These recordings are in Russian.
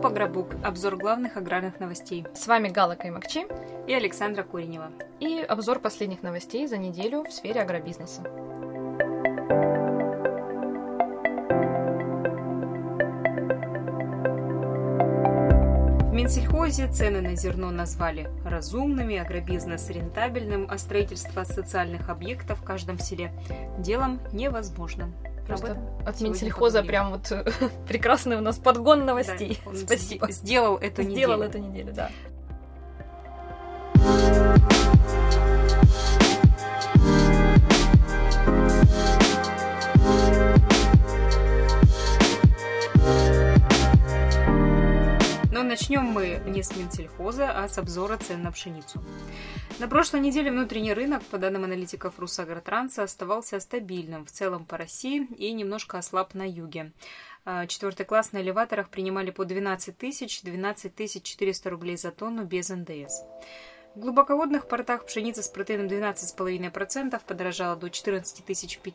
Стоп Агробук. Обзор главных аграрных новостей. С вами Гала Каймакчи и Александра Куренева. И обзор последних новостей за неделю в сфере агробизнеса. В Минсельхозе цены на зерно назвали разумными, агробизнес рентабельным, а строительство социальных объектов в каждом селе делом невозможным. Просто от Минсельхоза прям вот прекрасный у нас подгон новостей. Да, Спасибо. Сделал эту неделю, да. Но начнем мы не с Минсельхоза, а с обзора цен на пшеницу. На прошлой неделе внутренний рынок, по данным аналитиков Русагротранса, оставался стабильным в целом по России и немножко ослаб на юге. Четвертый класс на элеваторах принимали по 12 400 рублей за тонну без НДС. В глубоководных портах пшеница с протеином 12,5% подорожала до 14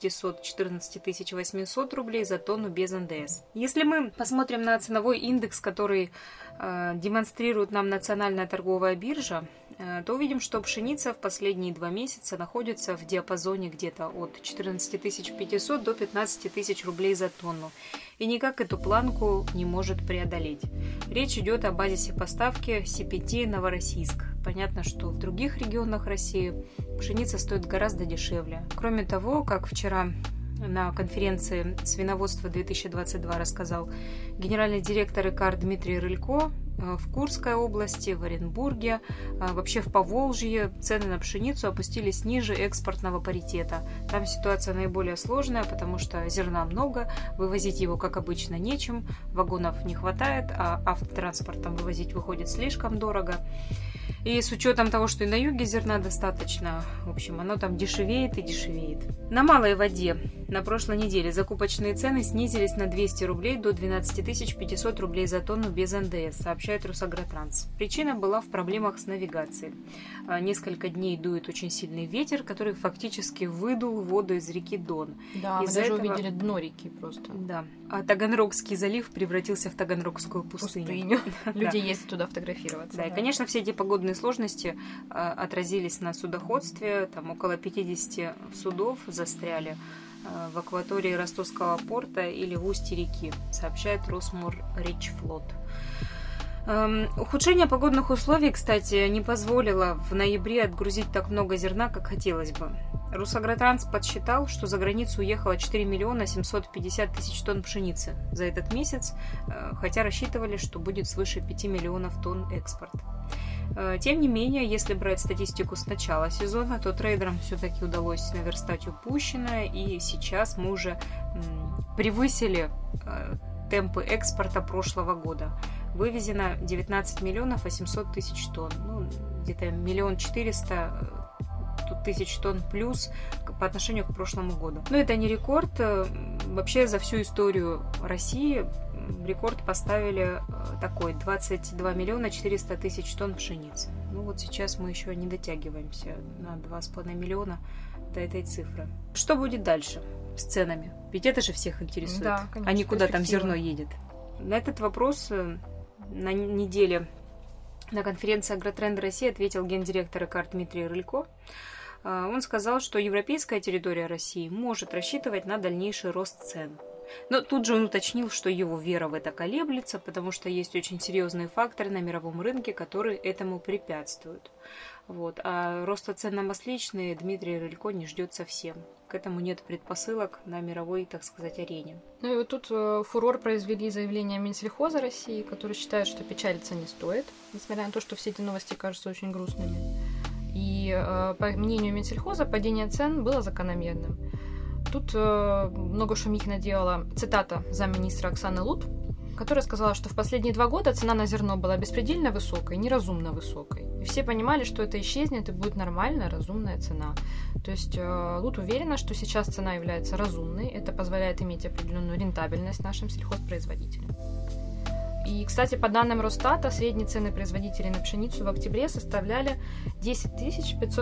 500-14 800 рублей за тонну без НДС. Если мы посмотрим на ценовой индекс, который демонстрирует нам Национальная торговая биржа, то увидим, что пшеница в последние 2 месяца находится в диапазоне где-то от 14 500 до 15 000 рублей за тонну и никак эту планку не может преодолеть. Речь идет о базисе поставки CPT Новороссийск. Понятно, что в других регионах России пшеница стоит гораздо дешевле. Кроме того, как вчера на конференции «Свиноводство-2022» рассказал генеральный директор ИКАР Дмитрий Рылько, в Курской области, в Оренбурге, вообще в Поволжье цены на пшеницу опустились ниже экспортного паритета. Там ситуация наиболее сложная, потому что зерна много, вывозить его, как обычно, нечем, вагонов не хватает, а автотранспортом вывозить выходит слишком дорого. И с учетом того, что и на юге зерна достаточно, в общем, оно там дешевеет и дешевеет. На малой воде на прошлой неделе закупочные цены снизились на 200 рублей до 12 500 рублей за тонну без НДС, сообщает Русагротранс. Причина была в проблемах с навигацией. Несколько дней дует очень сильный ветер, который фактически выдул воду из реки Дон. Да, мы даже увидели дно реки просто. Да. А Таганрогский залив превратился в Таганрогскую пустыню. Люди ездят туда фотографироваться. Да, и, конечно, все эти погодные сложности отразились на судоходстве. Там около 50 судов застряли в акватории Ростовского порта или в устье реки, сообщает Росморречфлот. Ухудшение погодных условий, кстати, не позволило в ноябре отгрузить так много зерна, как хотелось бы. Русагротранс подсчитал, что за границу уехало 4 750 000 тонн пшеницы за этот месяц, хотя рассчитывали, что будет свыше 5 миллионов тонн экспорт. Тем не менее, если брать статистику с начала сезона, то трейдерам все-таки удалось наверстать упущенное, и сейчас мы уже превысили темпы экспорта прошлого года. Вывезено 19 800 000 тонн, где-то 1 400 000 тонн плюс по отношению к прошлому году. Но это не рекорд. Вообще за всю историю России рекорд поставили такой: 22 400 000 тонн пшеницы. Вот сейчас мы еще не дотягиваемся на 2,5 миллиона до этой цифры. Что будет дальше с ценами? Ведь это же всех интересует. Да, конечно, а не куда там зерно едет. На этот вопрос на неделе на конференции «Агротренд России» ответил гендиректор ИКАР Дмитрий Рылько. Он сказал, что европейская территория России может рассчитывать на дальнейший рост цен. Но тут же он уточнил, что его вера в это колеблется, потому что есть очень серьезные факторы на мировом рынке, которые этому препятствуют. А роста цен на масличные Дмитрий Рылько не ждет совсем. К этому нет предпосылок на мировой, так сказать, арене. И вот тут фурор произвели заявления Минсельхоза России, который считает, что печалиться не стоит, несмотря на то, что все эти новости кажутся очень грустными. И по мнению Минсельхоза, падение цен было закономерным. Тут много шумихи наделала цитата замминистра Оксаны Лут, которая сказала, что в последние 2 года цена на зерно была беспредельно высокой, неразумно высокой. И все понимали, что это исчезнет и будет нормальная, разумная цена. То есть Лут уверена, что сейчас цена является разумной, это позволяет иметь определенную рентабельность нашим сельхозпроизводителям. И, кстати, по данным Росстата, средние цены производителей на пшеницу в октябре составляли 10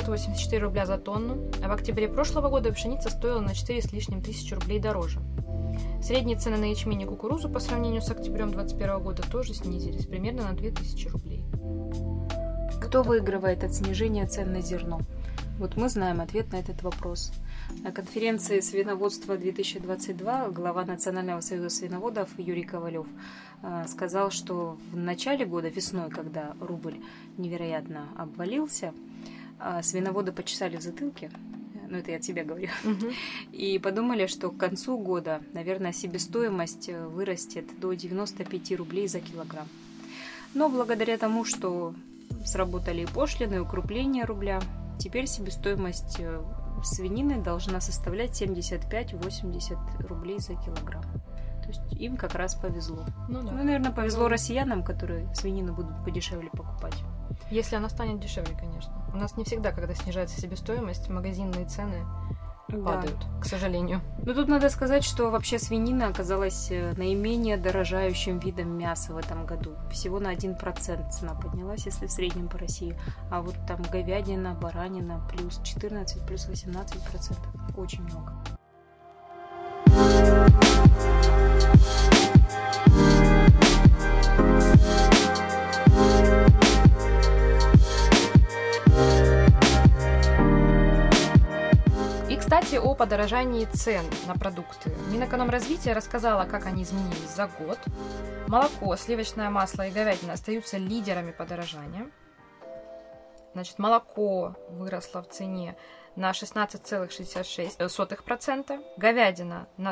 584 рубля за тонну, а в октябре прошлого года пшеница стоила на 4 с лишним тысячи рублей дороже. Средние цены на ячмень и кукурузу по сравнению с октябрем 2021 года тоже снизились примерно на 2000 рублей. Кто выигрывает от снижения цен на зерно? Вот мы знаем ответ на этот вопрос. На конференции «Свиноводство 2022» глава Национального союза свиноводов Юрий Ковалев сказал, что в начале года, весной, когда рубль невероятно обвалился, свиноводы почесали в затылке, ну это я от себя говорю, и подумали, что к концу года, наверное, себестоимость вырастет до 95 рублей за килограмм. Но благодаря тому, что сработали и пошлины, и укрепление рубля, теперь себестоимость свинины должна составлять 75-80 рублей за килограмм. То есть им как раз повезло. Ну, наверное, повезло россиянам, которые свинину будут подешевле покупать. Если она станет дешевле, конечно. У нас не всегда, когда снижается себестоимость, магазинные цены падают, к сожалению. Но тут надо сказать, что вообще свинина оказалась наименее дорожающим видом мяса в этом году. Всего на 1% цена поднялась, если в среднем по России. А вот там говядина, баранина плюс 14, плюс 18%. Очень много. Кстати, о подорожании цен на продукты. Минэкономразвития рассказала, как они изменились за год. Молоко, сливочное масло и говядина остаются лидерами подорожания. Значит, молоко выросло в цене на 16,66%, говядина на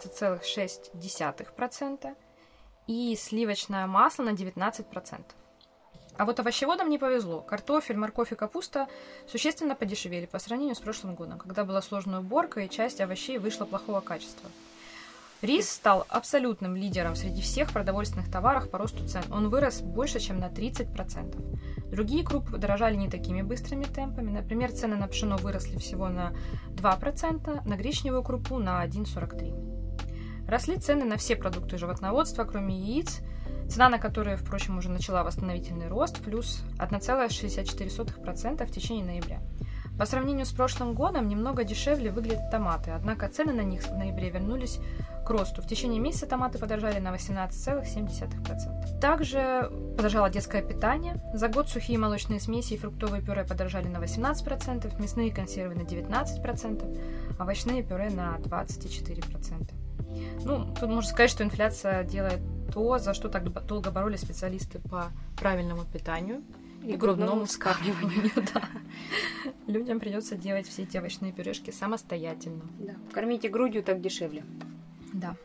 16,6% и сливочное масло на 19%. А вот овощеводам не повезло. Картофель, морковь и капуста существенно подешевели по сравнению с прошлым годом, когда была сложная уборка и часть овощей вышла плохого качества. Рис стал абсолютным лидером среди всех продовольственных товаров по росту цен. Он вырос больше, чем на 30%. Другие крупы подорожали не такими быстрыми темпами. Например, цены на пшено выросли всего на 2%, на гречневую крупу на 1,43%. Росли цены на все продукты животноводства, кроме яиц, цена на которые, впрочем, уже начала восстановительный рост, плюс 1,64% в течение ноября. По сравнению с прошлым годом немного дешевле выглядят томаты, однако цены на них в ноябре вернулись к росту. В течение месяца томаты подорожали на 18,7%. Также подорожало детское питание. За год сухие молочные смеси и фруктовые пюре подорожали на 18%, мясные консервы на 19%, овощные пюре на 24%. Ну, тут можно сказать, что инфляция делает то, за что так долго боролись специалисты по правильному питанию и грудному вскармливанию. Да. Людям придется делать все эти овощные пюрешки самостоятельно. Да. Кормите грудью, так дешевле. Да.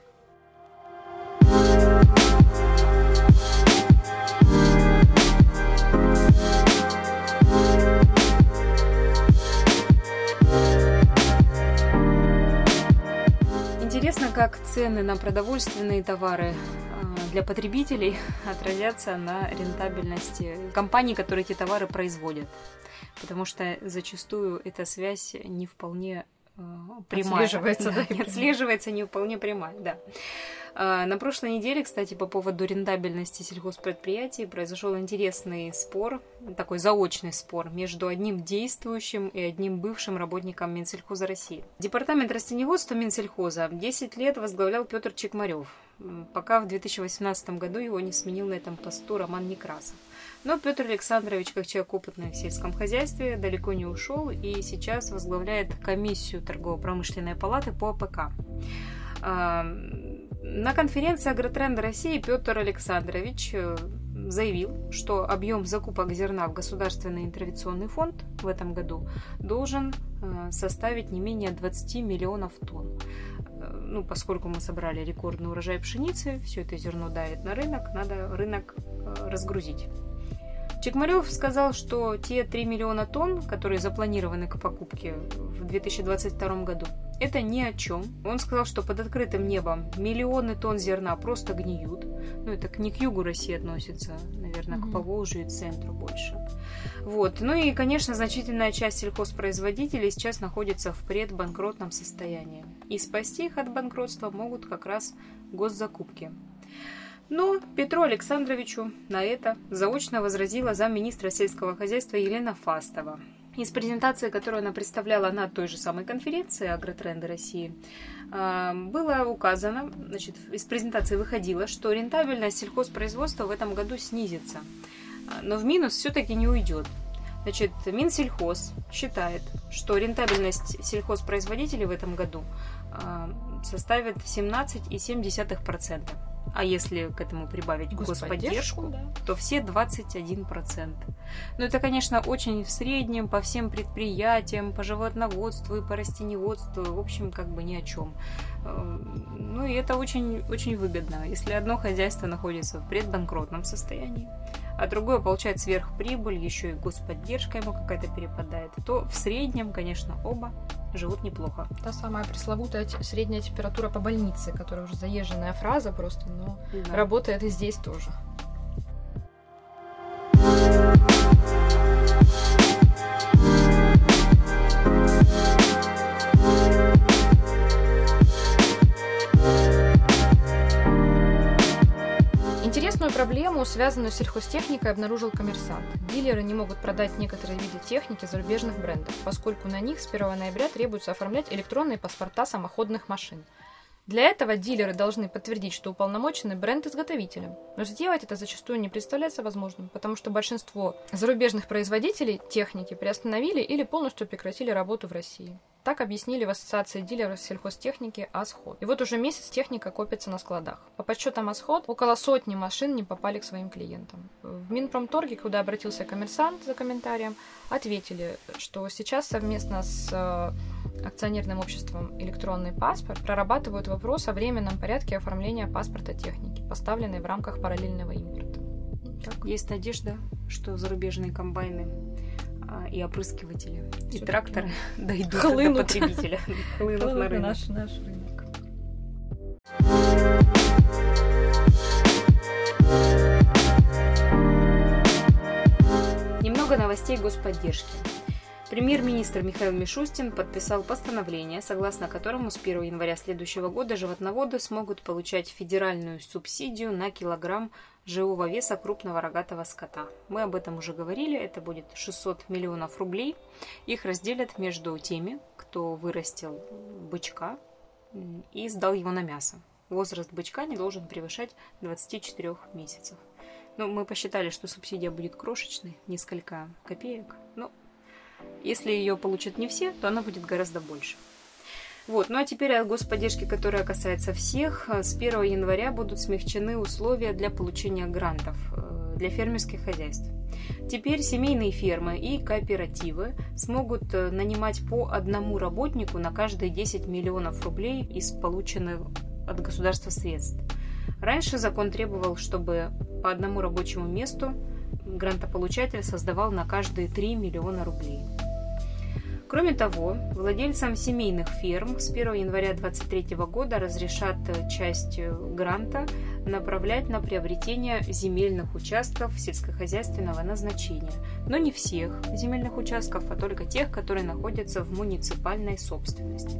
Интересно, как цены на продовольственные товары для потребителей отразятся на рентабельности компаний, которые эти товары производят. Потому что зачастую эта связь не вполне прямая. Отслеживается, да? Отслеживается не вполне прямая, да. На прошлой неделе, кстати, по поводу рентабельности сельхозпредприятий произошел интересный спор, такой заочный спор между одним действующим и одним бывшим работником Минсельхоза России. Департамент растениеводства Минсельхоза 10 лет возглавлял Петр Чекмарев, пока в 2018 году его не сменил на этом посту Роман Некрасов. Но Петр Александрович, как человек опытный в сельском хозяйстве, далеко не ушел и сейчас возглавляет комиссию торгово-промышленной палаты по АПК. На конференции «Агротренды России» Петр Александрович заявил, что объем закупок зерна в Государственный интервенционный фонд в этом году должен составить не менее 20 миллионов тонн. Ну, поскольку мы собрали рекордный урожай пшеницы, все это зерно давит на рынок, надо рынок разгрузить. Чекмарев сказал, что те 3 миллиона тонн, которые запланированы к покупке в 2022 году, это ни о чем. Он сказал, что под открытым небом миллионы тонн зерна просто гниют. Ну, это не к югу России относится, наверное, к Поволжью и центру больше. Вот. Ну и, конечно, значительная часть сельхозпроизводителей сейчас находится в предбанкротном состоянии. И спасти их от банкротства могут как раз госзакупки. Но Петру Александровичу на это заочно возразила замминистра сельского хозяйства Елена Фастова. Из презентации, которую она представляла на той же самой конференции «Агротренды России», было указано, значит, из презентации выходило, что рентабельность сельхозпроизводства в этом году снизится, но в минус все-таки не уйдет. Значит, Минсельхоз считает, что рентабельность сельхозпроизводителей в этом году составит 17,7%. А если к этому прибавить господдержку, то все 21%. Но это, конечно, очень в среднем по всем предприятиям, по животноводству и по растениеводству, в общем, как бы ни о чем. Ну и это очень, очень выгодно. Если одно хозяйство находится в предбанкротном состоянии, а другое получает сверхприбыль, еще и господдержка ему какая-то перепадает, то в среднем, конечно, оба живут неплохо. Та самая пресловутая средняя температура по больнице, которая уже заезженная фраза просто, но да, работает и здесь тоже. Интересную проблему, связанную с сельхозтехникой, обнаружил «Коммерсант». Дилеры не могут продать некоторые виды техники зарубежных брендов, поскольку на них с 1 ноября требуется оформлять электронные паспорта самоходных машин. Для этого дилеры должны подтвердить, что уполномочены бренд-изготовителем. Но сделать это зачастую не представляется возможным, потому что большинство зарубежных производителей техники приостановили или полностью прекратили работу в России. Так объяснили в Ассоциации дилеров сельхозтехники «Асход». И вот уже месяц техника копится на складах. По подсчетам «Асход», около 100 машин не попали к своим клиентам. В Минпромторге, куда обратился «Коммерсант» за комментарием, ответили, что сейчас совместно с акционерным обществом «Электронный паспорт» прорабатывают вопрос о временном порядке оформления паспорта техники, поставленной в рамках параллельного импорта. Так. Есть надежда, что зарубежные комбайны и опрыскиватели, и тракторы дойдут до потребителя. Хлынут на рынок. Наш рынок. Немного новостей господдержки. Премьер-министр Михаил Мишустин подписал постановление, согласно которому с 1 января следующего года животноводы смогут получать федеральную субсидию на килограмм живого веса крупного рогатого скота. Мы об этом уже говорили, это будет 600 миллионов рублей. Их разделят между теми, кто вырастил бычка и сдал его на мясо. Возраст бычка не должен превышать 24 месяцев. Но мы посчитали, что субсидия будет крошечной, несколько копеек. Но если ее получат не все, то она будет гораздо больше. Вот. Ну а теперь о господдержке, которая касается всех. С 1 января будут смягчены условия для получения грантов для фермерских хозяйств. Теперь семейные фермы и кооперативы смогут нанимать по одному работнику на каждые 10 миллионов рублей из полученных от государства средств. Раньше закон требовал, чтобы по одному рабочему месту грантополучатель создавал на каждые 3 миллиона рублей. Кроме того, владельцам семейных ферм с 1 января 2023 года разрешат часть гранта направлять на приобретение земельных участков сельскохозяйственного назначения. Но не всех земельных участков, а только тех, которые находятся в муниципальной собственности.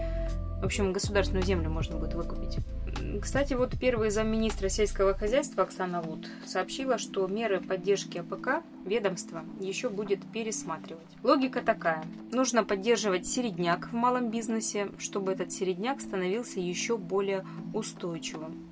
В общем, государственную землю можно будет выкупить. Кстати, вот первый замминистра сельского хозяйства Оксана Лут сообщила, что меры поддержки АПК ведомство еще будет пересматривать. Логика такая. Нужно поддерживать середняк в малом бизнесе, чтобы этот середняк становился еще более устойчивым.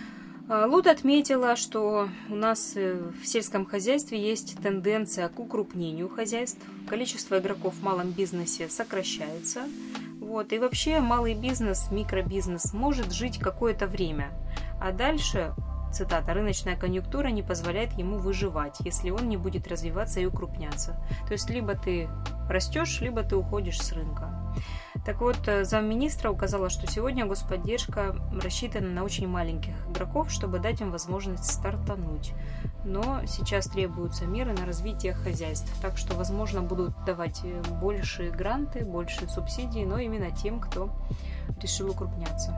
Лут отметила, что у нас в сельском хозяйстве есть тенденция к укрупнению хозяйств. Количество игроков в малом бизнесе сокращается. Вот. И вообще малый бизнес, микробизнес может жить какое-то время. А дальше, цитата, рыночная конъюнктура не позволяет ему выживать, если он не будет развиваться и укрупняться. То есть либо ты растешь, либо ты уходишь с рынка. Так вот, замминистра указала, что сегодня господдержка рассчитана на очень маленьких игроков, чтобы дать им возможность стартануть. Но сейчас требуются меры на развитие хозяйств, так что, возможно, будут давать больше гранты, больше субсидий, но именно тем, кто решил укрупняться.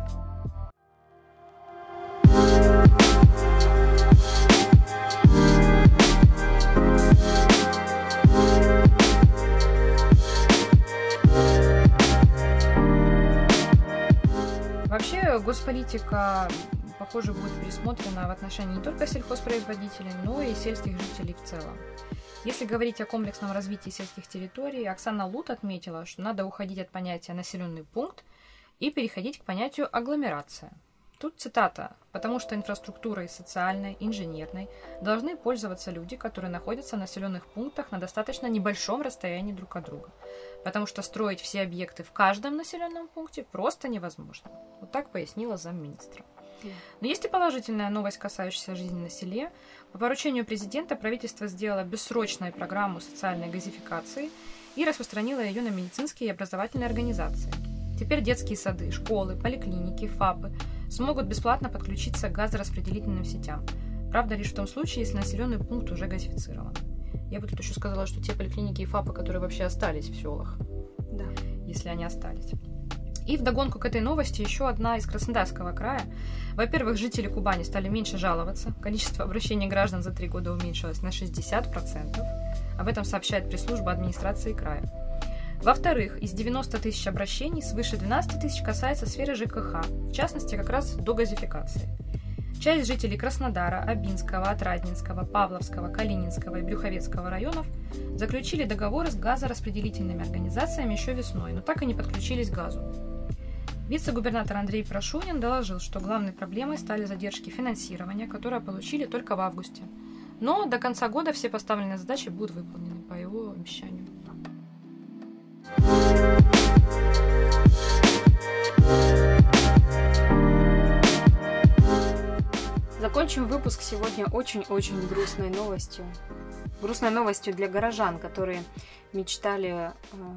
Вообще, госполитика похоже, будет пересмотрена в отношении не только сельхозпроизводителей, но и сельских жителей в целом. Если говорить о комплексном развитии сельских территорий, Оксана Лут отметила, что надо уходить от понятия «населенный пункт» и переходить к понятию «агломерация». Тут цитата: «Потому что инфраструктурой социальной, инженерной должны пользоваться люди, которые находятся в населенных пунктах на достаточно небольшом расстоянии друг от друга. Потому что строить все объекты в каждом населенном пункте просто невозможно». Вот так пояснила замминистра. Но есть и положительная новость, касающаяся жизни на селе. По поручению президента правительство сделало бессрочную программу социальной газификации и распространило ее на медицинские и образовательные организации. Теперь детские сады, школы, поликлиники, ФАПы смогут бесплатно подключиться к газораспределительным сетям. Правда, лишь в том случае, если населенный пункт уже газифицирован. Я бы тут еще сказала, что те поликлиники и ФАПы, которые вообще остались в селах, Да. если они остались. И вдогонку к этой новости еще одна из Краснодарского края. Во-первых, жители Кубани стали меньше жаловаться. Количество обращений граждан за 3 года уменьшилось на 60%. Об этом сообщает пресс-служба администрации края. Во-вторых, из 90 тысяч обращений свыше 12 тысяч касается сферы ЖКХ, в частности, как раз до газификации. Часть жителей Краснодара, Абинского, Отрадненского, Павловского, Калининского и Брюховецкого районов заключили договоры с газораспределительными организациями еще весной, но так и не подключились к газу. Вице-губернатор Андрей Прошунин доложил, что главной проблемой стали задержки финансирования, которые получили только в августе. Но до конца года все поставленные задачи будут выполнены, по его обещанию. Закончим выпуск сегодня очень-очень грустной новостью. Грустной новостью для горожан, которые мечтали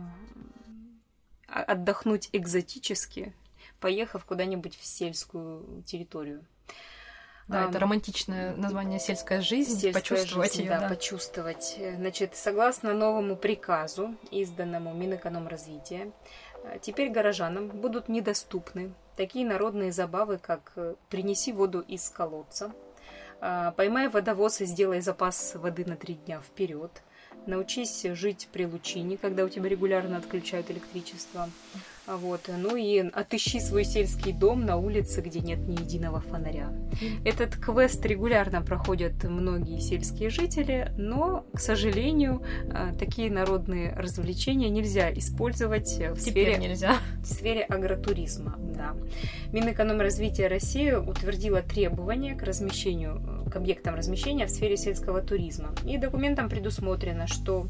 отдохнуть экзотически, поехав куда-нибудь в сельскую территорию. Да, это романтичное название «Сельская жизнь», почувствовать ее. Да, почувствовать. Значит, согласно новому приказу, изданному Минэкономразвития, теперь горожанам будут недоступны такие народные забавы, как «принеси воду из колодца», «поймай водовоз и сделай запас воды на 3 дня вперед», «научись жить при лучине», когда у тебя регулярно отключают электричество. Вот. Ну и отыщи свой сельский дом на улице, где нет ни единого фонаря. Этот квест регулярно проходят многие сельские жители, но, к сожалению, такие народные развлечения нельзя использовать в сфере агротуризма. Да. Минэкономразвития России утвердило требования к объектам размещения в сфере сельского туризма. И документом предусмотрено, что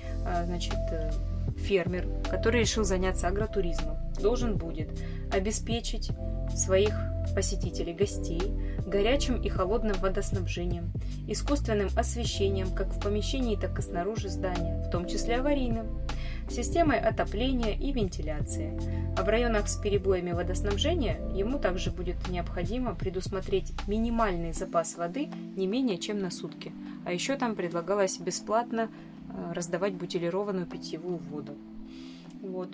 фермер, который решил заняться агротуризмом, должен будет обеспечить своих посетителей, гостей, горячим и холодным водоснабжением, искусственным освещением как в помещении, так и снаружи здания, в том числе аварийным, системой отопления и вентиляции. А в районах с перебоями водоснабжения ему также будет необходимо предусмотреть минимальный запас воды не менее чем на сутки. А еще там предлагалось бесплатно раздавать бутилированную питьевую воду. Вот.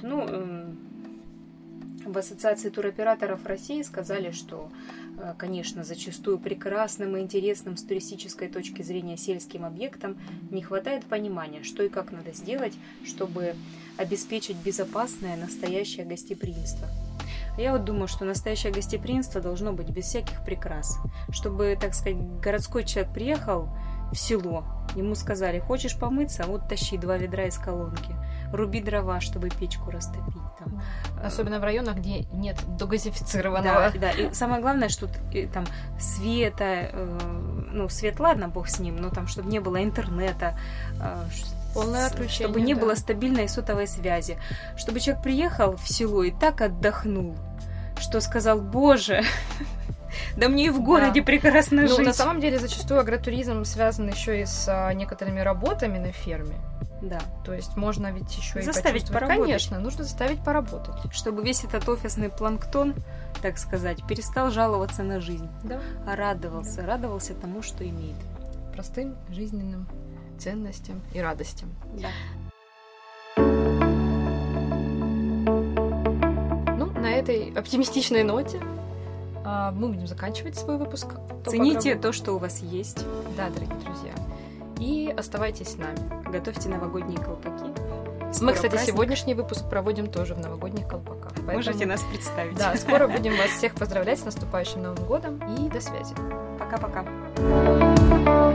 В Ассоциации туроператоров России сказали, что, конечно, зачастую прекрасным и интересным с туристической точки зрения сельским объектам не хватает понимания, что и как надо сделать, чтобы обеспечить безопасное настоящее гостеприимство. Я вот думаю, что настоящее гостеприимство должно быть без всяких прикрас. Чтобы, так сказать, городской человек приехал в село, ему сказали: хочешь помыться, вот тащи 2 ведра из колонки, руби дрова, чтобы печку растопить. Там. Особенно в районах, где нет догазифицированного. Да, и самое главное, что там света, свет, ладно, бог с ним, но там, чтобы не было интернета, полное отключение, чтобы не было стабильной сотовой связи, чтобы человек приехал в село и так отдохнул, что сказал: боже, да мне и в городе прекрасно жить. На самом деле зачастую агротуризм связан еще и с некоторыми работами на ферме. Да. То есть можно ведь еще и заставить поработать. Конечно, нужно заставить поработать. Чтобы весь этот офисный планктон, так сказать, перестал жаловаться на жизнь. Да. А радовался тому, что имеет. Простым жизненным ценностям и радостям. Да. На этой оптимистичной ноте мы будем заканчивать свой выпуск. Цените то, что у вас есть. Да, дорогие друзья. И оставайтесь с нами. Готовьте новогодние колпаки. Мы, кстати, сегодняшний выпуск проводим тоже в новогодних колпаках. Поэтому... Можете нас представить. Да, скоро будем вас всех поздравлять с наступающим Новым годом и до связи. Пока-пока.